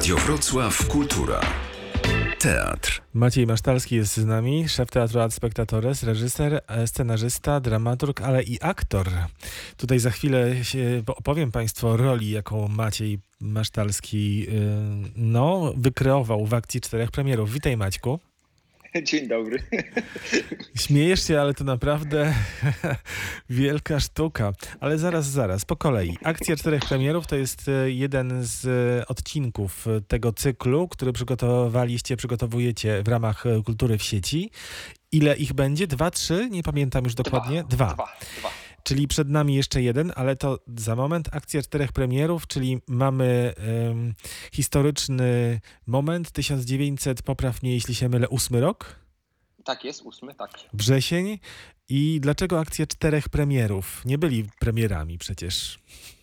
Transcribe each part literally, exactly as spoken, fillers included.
Radio Wrocław Kultura. Teatr. Maciej Masztalski jest z nami, szef Teatru Ad Spectatores, reżyser, scenarzysta, dramaturg, ale i aktor. Tutaj za chwilę się opowiem Państwu o roli, jaką Maciej Masztalski no, wykreował w akcji czterech premierów. Witaj, Maćku. Dzień dobry. Śmiejesz się, ale to naprawdę wielka sztuka. Ale zaraz, zaraz, po kolei. Akcja czterech premierów to jest jeden z odcinków tego cyklu, który przygotowaliście, przygotowujecie w ramach Kultury w sieci. Ile ich będzie? Dwa, trzy? Nie pamiętam już dokładnie. Dwa. Dwa. Dwa. Dwa. Czyli przed nami jeszcze jeden, ale to za moment akcja czterech premierów, czyli mamy um, historyczny moment, tysiąc dziewięćset, popraw mnie jeśli się mylę, ósmy rok? Tak jest, ósmy, tak. Wrzesień. I dlaczego akcja czterech premierów? Nie byli premierami przecież.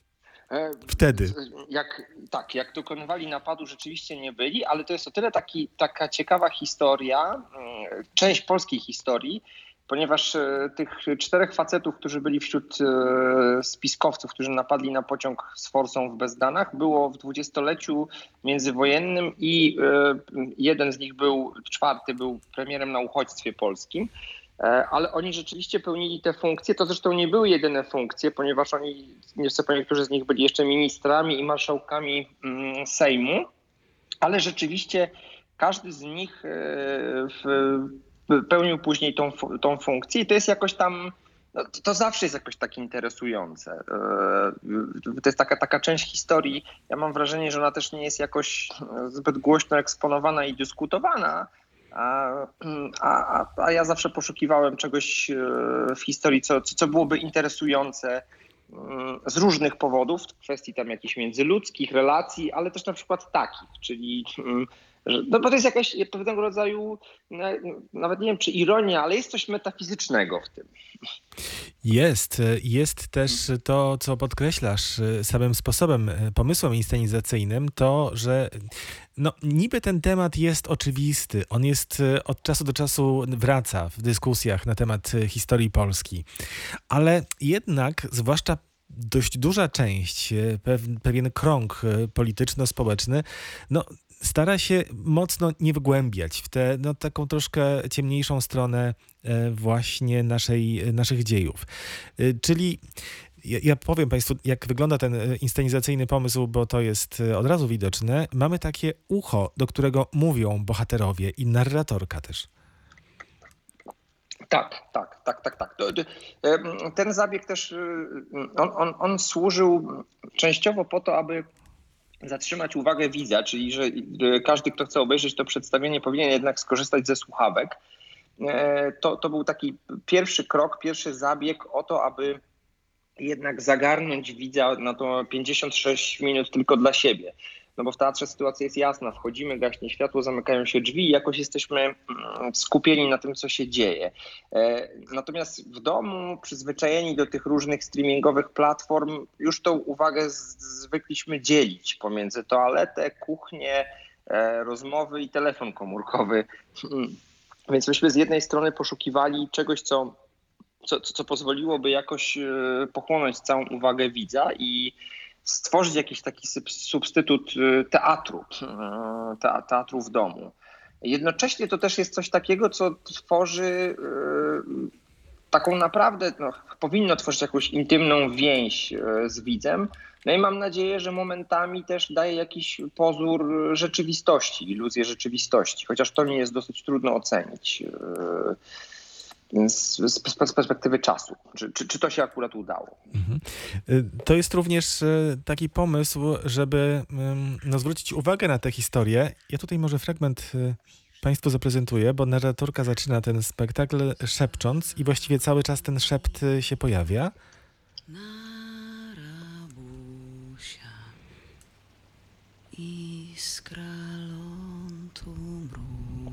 Wtedy. Jak, tak, jak dokonywali napadu, rzeczywiście nie byli, ale to jest o tyle taki, taka ciekawa historia, część polskiej historii, ponieważ tych czterech facetów, którzy byli wśród spiskowców, którzy napadli na pociąg z forsą w Bezdanach, było w dwudziestoleciu międzywojennym i jeden z nich był, czwarty był premierem na uchodźstwie polskim. Ale oni rzeczywiście pełnili te funkcje. To zresztą nie były jedyne funkcje, ponieważ oni, niestety niektórzy z nich byli jeszcze ministrami i marszałkami Sejmu, ale rzeczywiście każdy z nich w pełnił później tą, tą funkcję i to jest jakoś tam, no, to zawsze jest jakoś tak interesujące. To jest taka, taka część historii, ja mam wrażenie, że ona też nie jest jakoś zbyt głośno eksponowana i dyskutowana, a, a, a ja zawsze poszukiwałem czegoś w historii, co, co byłoby interesujące z różnych powodów, w kwestii tam jakichś międzyludzkich relacji, ale też na przykład takich, czyli no bo to jest jakaś pewnego rodzaju, nawet nie wiem czy ironia, ale jest coś metafizycznego w tym. Jest. Jest też to, co podkreślasz samym sposobem, pomysłem inscenizacyjnym, to, że no, niby ten temat jest oczywisty. On jest od czasu do czasu wraca w dyskusjach na temat historii Polski. Ale jednak, zwłaszcza dość duża część, pewien krąg polityczno-społeczny, no stara się mocno nie wgłębiać w tę no, taką troszkę ciemniejszą stronę właśnie naszej, naszych dziejów. Czyli ja, ja powiem Państwu, jak wygląda ten inscenizacyjny pomysł, bo to jest od razu widoczne. Mamy takie ucho, do którego mówią bohaterowie i narratorka też. Tak, tak, tak, tak, tak. Ten zabieg też, on, on, on służył częściowo po to, aby zatrzymać uwagę widza, czyli że każdy, kto chce obejrzeć to przedstawienie, powinien jednak skorzystać ze słuchawek. To, to był taki pierwszy krok, pierwszy zabieg o to, aby jednak zagarnąć widza na to pięćdziesiąt sześć minut tylko dla siebie. No bo w teatrze sytuacja jest jasna, wchodzimy, gaśnie światło, zamykają się drzwi i jakoś jesteśmy skupieni na tym, co się dzieje. Natomiast w domu, przyzwyczajeni do tych różnych streamingowych platform, już tą uwagę zwykliśmy dzielić pomiędzy toaletę, kuchnię, rozmowy i telefon komórkowy. Więc myśmy z jednej strony poszukiwali czegoś, co, co, co pozwoliłoby jakoś pochłonąć całą uwagę widza i stworzyć jakiś taki substytut teatru, teatru w domu. Jednocześnie to też jest coś takiego, co tworzy taką naprawdę, no, powinno tworzyć jakąś intymną więź z widzem. No i mam nadzieję, że momentami też daje jakiś pozór rzeczywistości, iluzję rzeczywistości, chociaż to mi jest dosyć trudno ocenić z, z, z perspektywy czasu. Czy, czy, czy to się akurat udało? Mhm. To jest również taki pomysł, żeby no, zwrócić uwagę na tę historię. Ja tutaj może fragment Państwu zaprezentuję, bo narratorka zaczyna ten spektakl szepcząc i właściwie cały czas ten szept się pojawia. Narabusia iskra lądu mruga.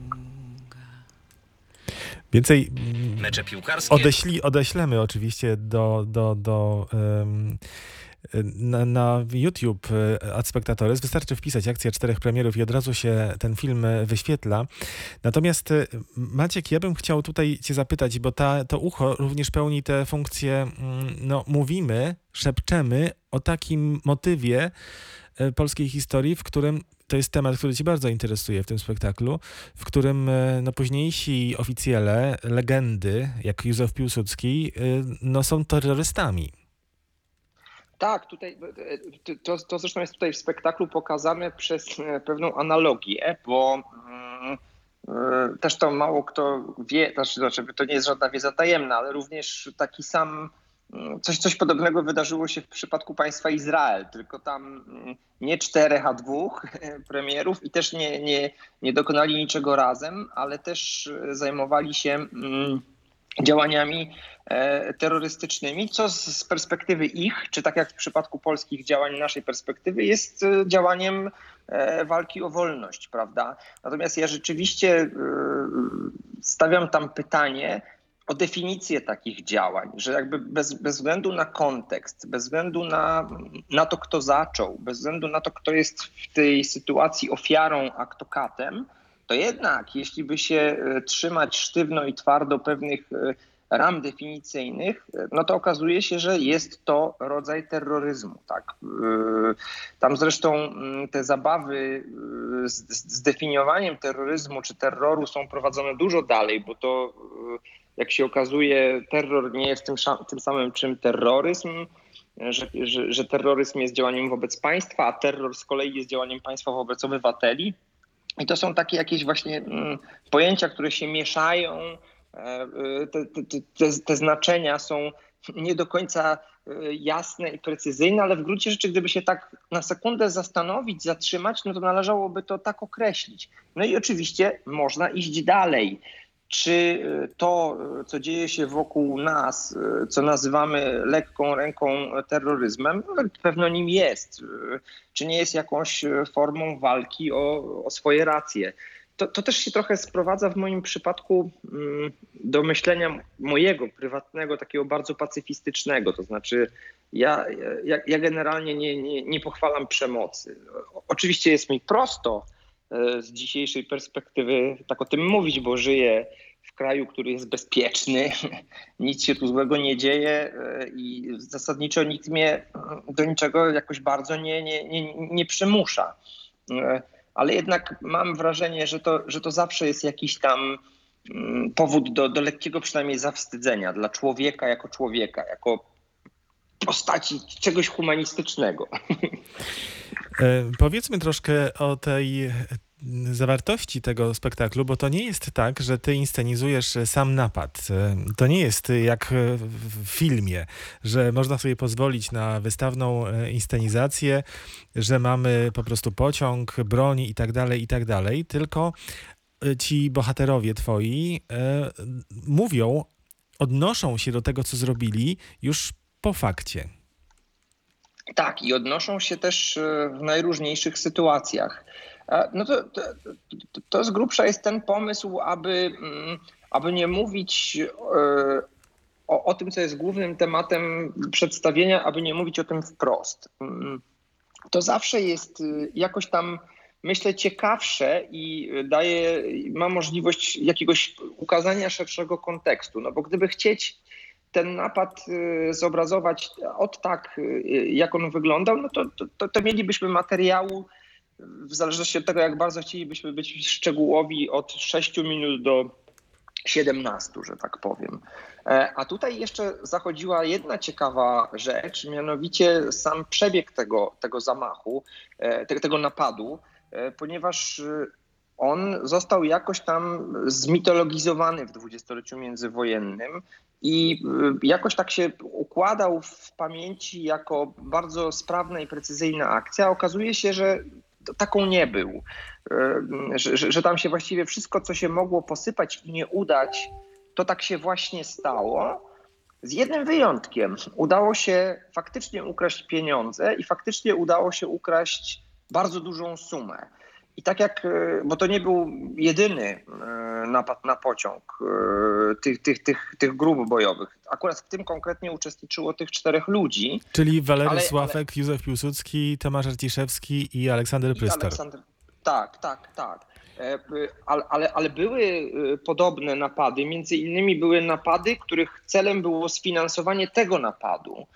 Więcej Mecze piłkarskie. Odeśli, odeślemy oczywiście do, do, do um, na, na YouTube Ad Spectatores. Wystarczy wpisać akcja czterech premierów i od razu się ten film wyświetla. Natomiast Maciek, ja bym chciał tutaj cię zapytać, bo ta, to ucho również pełni tę funkcję, no mówimy, szepczemy o takim motywie polskiej historii, w którym to jest temat, który cię bardzo interesuje w tym spektaklu, w którym e, no, późniejsi oficjele, legendy, jak Józef Piłsudski, e, no, są terrorystami. Tak, tutaj e, to, to zresztą jest tutaj w spektaklu pokazane przez e, pewną analogię, bo mm, e, też to mało kto wie, znaczy, znaczy to nie jest żadna wiedza tajemna, ale również taki sam mm, coś, coś podobnego wydarzyło się w przypadku państwa Izrael, tylko tam mm, nie czterech, a dwóch e, premierów i też nie, nie, nie dokonali niczego razem, ale też e, zajmowali się mm, działaniami e, terrorystycznymi, co z, z perspektywy ich, czy tak jak w przypadku polskich działań naszej perspektywy, jest e, działaniem e, walki o wolność, prawda? Natomiast ja rzeczywiście e, stawiam tam pytanie o definicję takich działań, że jakby bez, bez względu na kontekst, bez względu na, na to, kto zaczął, bez względu na to, kto jest w tej sytuacji ofiarą, a kto katem, to jednak jeśli by się e, trzymać sztywno i twardo pewnych e, ram definicyjnych, e, no to okazuje się, że jest to rodzaj terroryzmu. Tak? E, Tam zresztą mm, te zabawy e, z, z zdefiniowaniem terroryzmu czy terroru są prowadzone dużo dalej, bo to e, jak się okazuje, terror nie jest tym, sza- tym samym czym terroryzm, że, że, że terroryzm jest działaniem wobec państwa, a terror z kolei jest działaniem państwa wobec obywateli. I to są takie jakieś właśnie mm, pojęcia, które się mieszają. E, te, te, te, te znaczenia są nie do końca e, jasne i precyzyjne, ale w gruncie rzeczy, gdyby się tak na sekundę zastanowić, zatrzymać, no to należałoby to tak określić. No i oczywiście można iść dalej. Czy to, co dzieje się wokół nas, co nazywamy lekką ręką terroryzmem, no, pewno nim jest. Czy nie jest jakąś formą walki o, o swoje racje? To, to też się trochę sprowadza w moim przypadku do myślenia mojego, prywatnego, takiego bardzo pacyfistycznego. To znaczy ja, ja, ja generalnie nie, nie, nie pochwalam przemocy. Oczywiście jest mi prosto z dzisiejszej perspektywy tak o tym mówić, bo żyję w kraju, który jest bezpieczny, nic się tu złego nie dzieje i zasadniczo nikt mnie do niczego jakoś bardzo nie, nie, nie, nie przymusza. Ale jednak mam wrażenie, że to, że to zawsze jest jakiś tam powód do, do lekkiego przynajmniej zawstydzenia dla człowieka jako człowieka, jako postaci czegoś humanistycznego. E, powiedzmy troszkę o tej zawartości tego spektaklu, bo to nie jest tak, że ty inscenizujesz sam napad. To nie jest jak w filmie, że można sobie pozwolić na wystawną inscenizację, że mamy po prostu pociąg, broń i tak dalej, i tak dalej, tylko ci bohaterowie twoi e, mówią, odnoszą się do tego, co zrobili już po fakcie. Tak, i odnoszą się też w najróżniejszych sytuacjach. No to, to, to z grubsza jest ten pomysł, aby, aby nie mówić o, o tym, co jest głównym tematem przedstawienia, aby nie mówić o tym wprost. To zawsze jest jakoś tam, myślę, ciekawsze i daje, ma możliwość jakiegoś ukazania szerszego kontekstu. No bo gdyby chcieć ten napad zobrazować od tak, jak on wyglądał, no to, to, to mielibyśmy materiału, w zależności od tego, jak bardzo chcielibyśmy być szczegółowi, od sześciu minut do siedemnastu, że tak powiem. A tutaj jeszcze zachodziła jedna ciekawa rzecz, mianowicie sam przebieg tego, tego zamachu, tego, tego napadu, ponieważ on został jakoś tam zmitologizowany w dwudziestoleciu międzywojennym i jakoś tak się układał w pamięci jako bardzo sprawna i precyzyjna akcja. Okazuje się, że taką nie był, że, że, że tam się właściwie wszystko, co się mogło posypać i nie udać, to tak się właśnie stało. Z jednym wyjątkiem. Udało się faktycznie ukraść pieniądze i faktycznie udało się ukraść bardzo dużą sumę. I tak jak, bo to nie był jedyny napad na pociąg tych, tych, tych, tych grup bojowych. Akurat w tym konkretnie uczestniczyło tych czterech ludzi. Czyli Walery ale, Sławek, ale... Józef Piłsudski, Tomasz Arciszewski i Aleksander Prystor. Aleksander... Tak, tak, tak. Ale, ale, ale były podobne napady. Między innymi były napady, których celem było sfinansowanie tego napadu.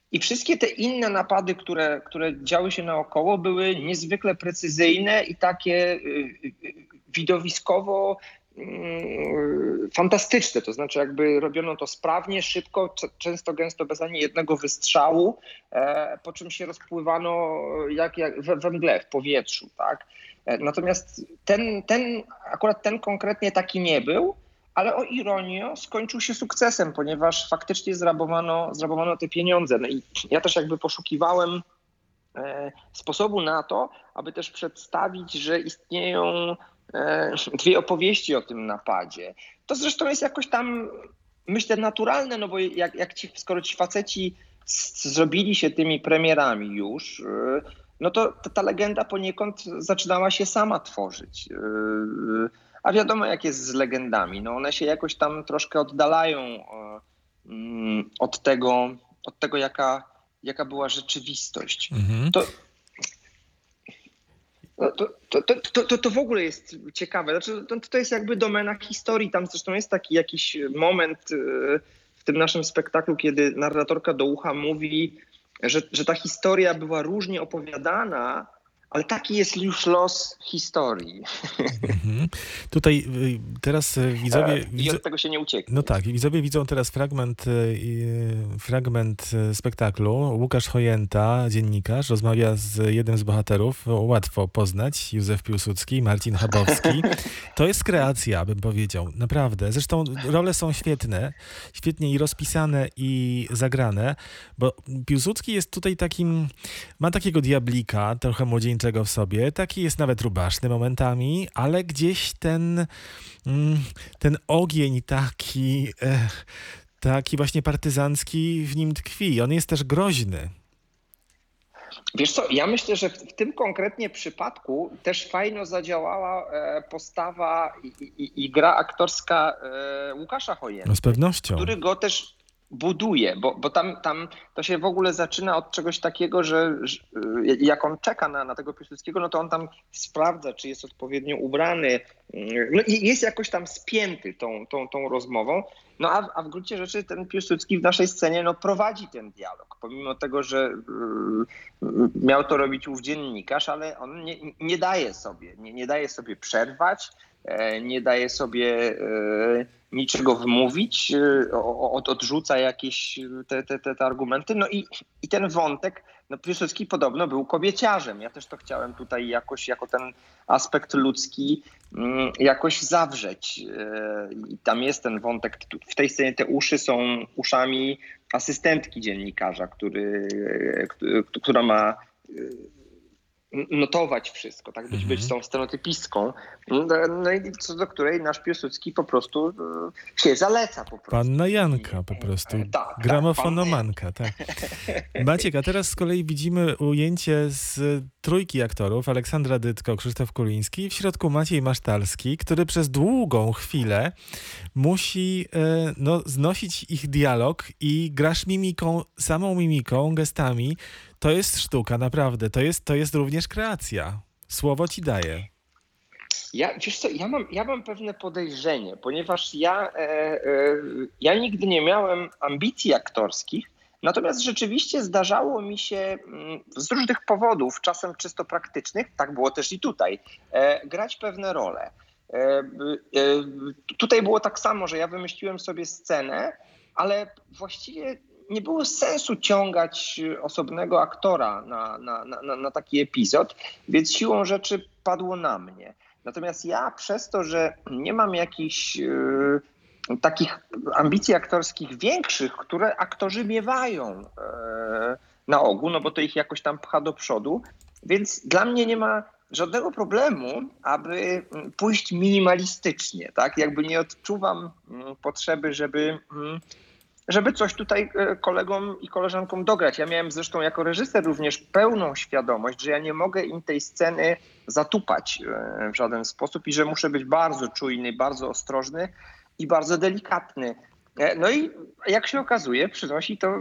I wszystkie te inne napady, które, które działy się naokoło, były niezwykle precyzyjne i takie widowiskowo fantastyczne. To znaczy jakby robiono to sprawnie, szybko, często gęsto bez ani jednego wystrzału, po czym się rozpływano jak, jak we, we mgle, w powietrzu. Tak? Natomiast ten, ten, akurat ten konkretnie taki nie był, ale o ironio skończył się sukcesem, ponieważ faktycznie zrabowano, zrabowano te pieniądze. No i ja też jakby poszukiwałem e, sposobu na to, aby też przedstawić, że istnieją e, dwie opowieści o tym napadzie. To zresztą jest jakoś tam, myślę, naturalne, no bo jak, jak ci, skoro ci faceci z, zrobili się tymi premierami już, e, no to ta, ta legenda poniekąd zaczynała się sama tworzyć. E, A wiadomo, jak jest z legendami. No one się jakoś tam troszkę oddalają od tego, od tego jaka, jaka była rzeczywistość. Mhm. To, to, to, to, to, to w ogóle jest ciekawe. Znaczy, to, to jest jakby domena historii. Tam zresztą jest taki jakiś moment w tym naszym spektaklu, kiedy narratorka do ucha mówi, że, że ta historia była różnie opowiadana, ale taki jest już los historii. Mhm. Tutaj teraz widzowie... I od tego się nie ucieknie. No tak, widzowie widzą teraz fragment, fragment spektaklu. Łukasz Chojenta, dziennikarz, rozmawia z jednym z bohaterów. Łatwo poznać. Józef Piłsudski, Marcin Chabowski. To jest kreacja, bym powiedział. Naprawdę. Zresztą role są świetne. Świetnie i rozpisane, i zagrane. Bo Piłsudski jest tutaj takim... Ma takiego diablika, trochę młodzieńczego w sobie. Taki jest nawet rubaszny momentami, ale gdzieś ten, ten ogień taki, taki właśnie partyzancki w nim tkwi. On jest też groźny. Wiesz co, ja myślę, że w tym konkretnie przypadku też fajnie zadziałała postawa i, i, i gra aktorska Łukasza Chojenty. No z pewnością. Który go też buduje, bo, bo tam, tam to się w ogóle zaczyna od czegoś takiego, że, że jak on czeka na, na tego Piłsudskiego, no to on tam sprawdza, czy jest odpowiednio ubrany. No i jest jakoś tam spięty tą, tą, tą rozmową. No a, a w gruncie rzeczy ten Piłsudski w naszej scenie no, prowadzi ten dialog. Pomimo tego, że y, miał to robić ów dziennikarz, ale on nie, nie daje sobie, nie, nie daje sobie przerwać, e, nie daje sobie e, niczego wmówić, od, odrzuca jakieś te, te, te, te argumenty. No i, i ten wątek, no Piłsudski podobno był kobieciarzem. Ja też to chciałem tutaj jakoś, jako ten aspekt ludzki jakoś zawrzeć. I tam jest ten wątek, w tej scenie te uszy są uszami asystentki dziennikarza, który, która ma notować wszystko, tak, być, być tą stenotypistką, no i co do której nasz Piłsudski po prostu się zaleca po prostu. Panna Janka po prostu, tak, gramofonomanka, tak. Maciek, a teraz z kolei widzimy ujęcie z trójki aktorów, Aleksandra Dytko, Krzysztof Kuliński, w środku Maciej Masztalski, który przez długą chwilę musi no, znosić ich dialog i grasz mimiką, samą mimiką, gestami. To jest sztuka, naprawdę. To jest, to jest również kreacja. Słowo ci daję. Ja, wiesz co, ja mam, ja mam pewne podejrzenie, ponieważ ja, e, e, ja nigdy nie miałem ambicji aktorskich, natomiast rzeczywiście zdarzało mi się z różnych powodów, czasem czysto praktycznych, tak było też i tutaj, e, grać pewne role. E, e, tutaj było tak samo, że ja wymyśliłem sobie scenę, ale właściwie nie było sensu ciągać osobnego aktora na, na, na, na taki epizod, więc siłą rzeczy padło na mnie. Natomiast ja przez to, że nie mam jakichś yy, takich ambicji aktorskich większych, które aktorzy miewają yy, na ogół, no bo to ich jakoś tam pcha do przodu, więc dla mnie nie ma żadnego problemu, aby pójść minimalistycznie, tak? Jakby nie odczuwam yy, potrzeby, żeby... Yy, żeby coś tutaj kolegom i koleżankom dograć. Ja miałem zresztą jako reżyser również pełną świadomość, że ja nie mogę im tej sceny zatupać w żaden sposób i że muszę być bardzo czujny, bardzo ostrożny i bardzo delikatny. No i jak się okazuje, przynosi to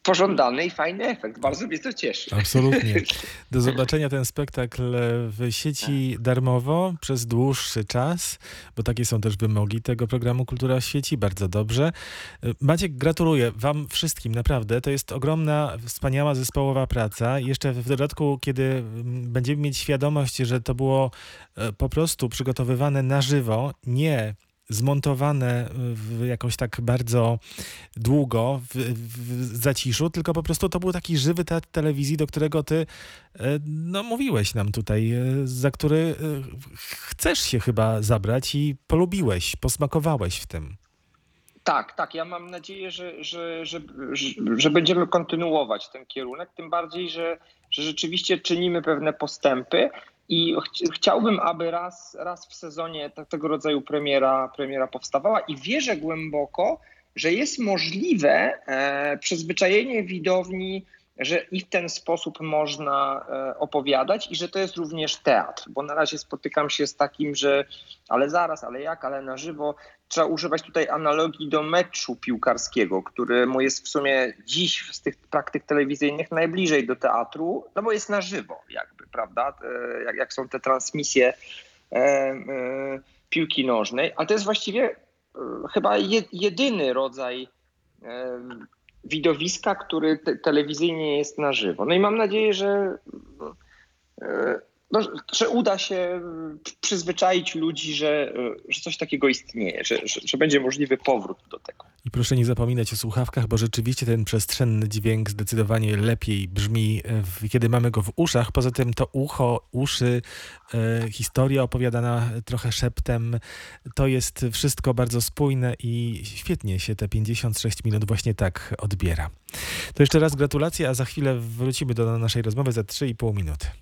pożądany i fajny efekt. Bardzo mnie to cieszy. Absolutnie. Do zobaczenia ten spektakl w sieci darmowo przez dłuższy czas, bo takie są też wymogi tego programu Kultura w sieci. Bardzo dobrze. Maciek, gratuluję wam wszystkim, naprawdę. To jest ogromna, wspaniała zespołowa praca. Jeszcze w dodatku, kiedy będziemy mieć świadomość, że to było po prostu przygotowywane na żywo, nie zmontowane w jakoś tak bardzo długo w, w zaciszu, tylko po prostu to był taki żywy teatr telewizji, do którego ty no mówiłeś nam tutaj, za który chcesz się chyba zabrać i polubiłeś, posmakowałeś w tym. Tak, tak. Ja mam nadzieję, że, że, że, że, że będziemy kontynuować ten kierunek, tym bardziej, że, że rzeczywiście czynimy pewne postępy. I ch- chciałbym, aby raz, raz w sezonie t- tego rodzaju premiera, premiera powstawała i wierzę głęboko, że jest możliwe e, przyzwyczajenie widowni, że i w ten sposób można e, opowiadać i że to jest również teatr, bo na razie spotykam się z takim, że ale zaraz, ale jak, ale na żywo. Trzeba używać tutaj analogii do meczu piłkarskiego, któremu jest w sumie dziś z tych praktyk telewizyjnych najbliżej do teatru, no bo jest na żywo jakby, prawda, e, jak, jak są te transmisje e, e, piłki nożnej, ale to jest właściwie e, chyba je, jedyny rodzaj e, widowiska, który te, telewizyjnie jest na żywo. No i mam nadzieję, że e, No, że uda się przyzwyczaić ludzi, że, że coś takiego istnieje, że, że, że będzie możliwy powrót do tego. I proszę nie zapominać o słuchawkach, bo rzeczywiście ten przestrzenny dźwięk zdecydowanie lepiej brzmi, w, kiedy mamy go w uszach. Poza tym to ucho, uszy, e, historia opowiadana trochę szeptem, to jest wszystko bardzo spójne i świetnie się te pięćdziesiąt sześć minut właśnie tak odbiera. To jeszcze raz gratulacje, a za chwilę wrócimy do naszej rozmowy za trzy i pół minuty.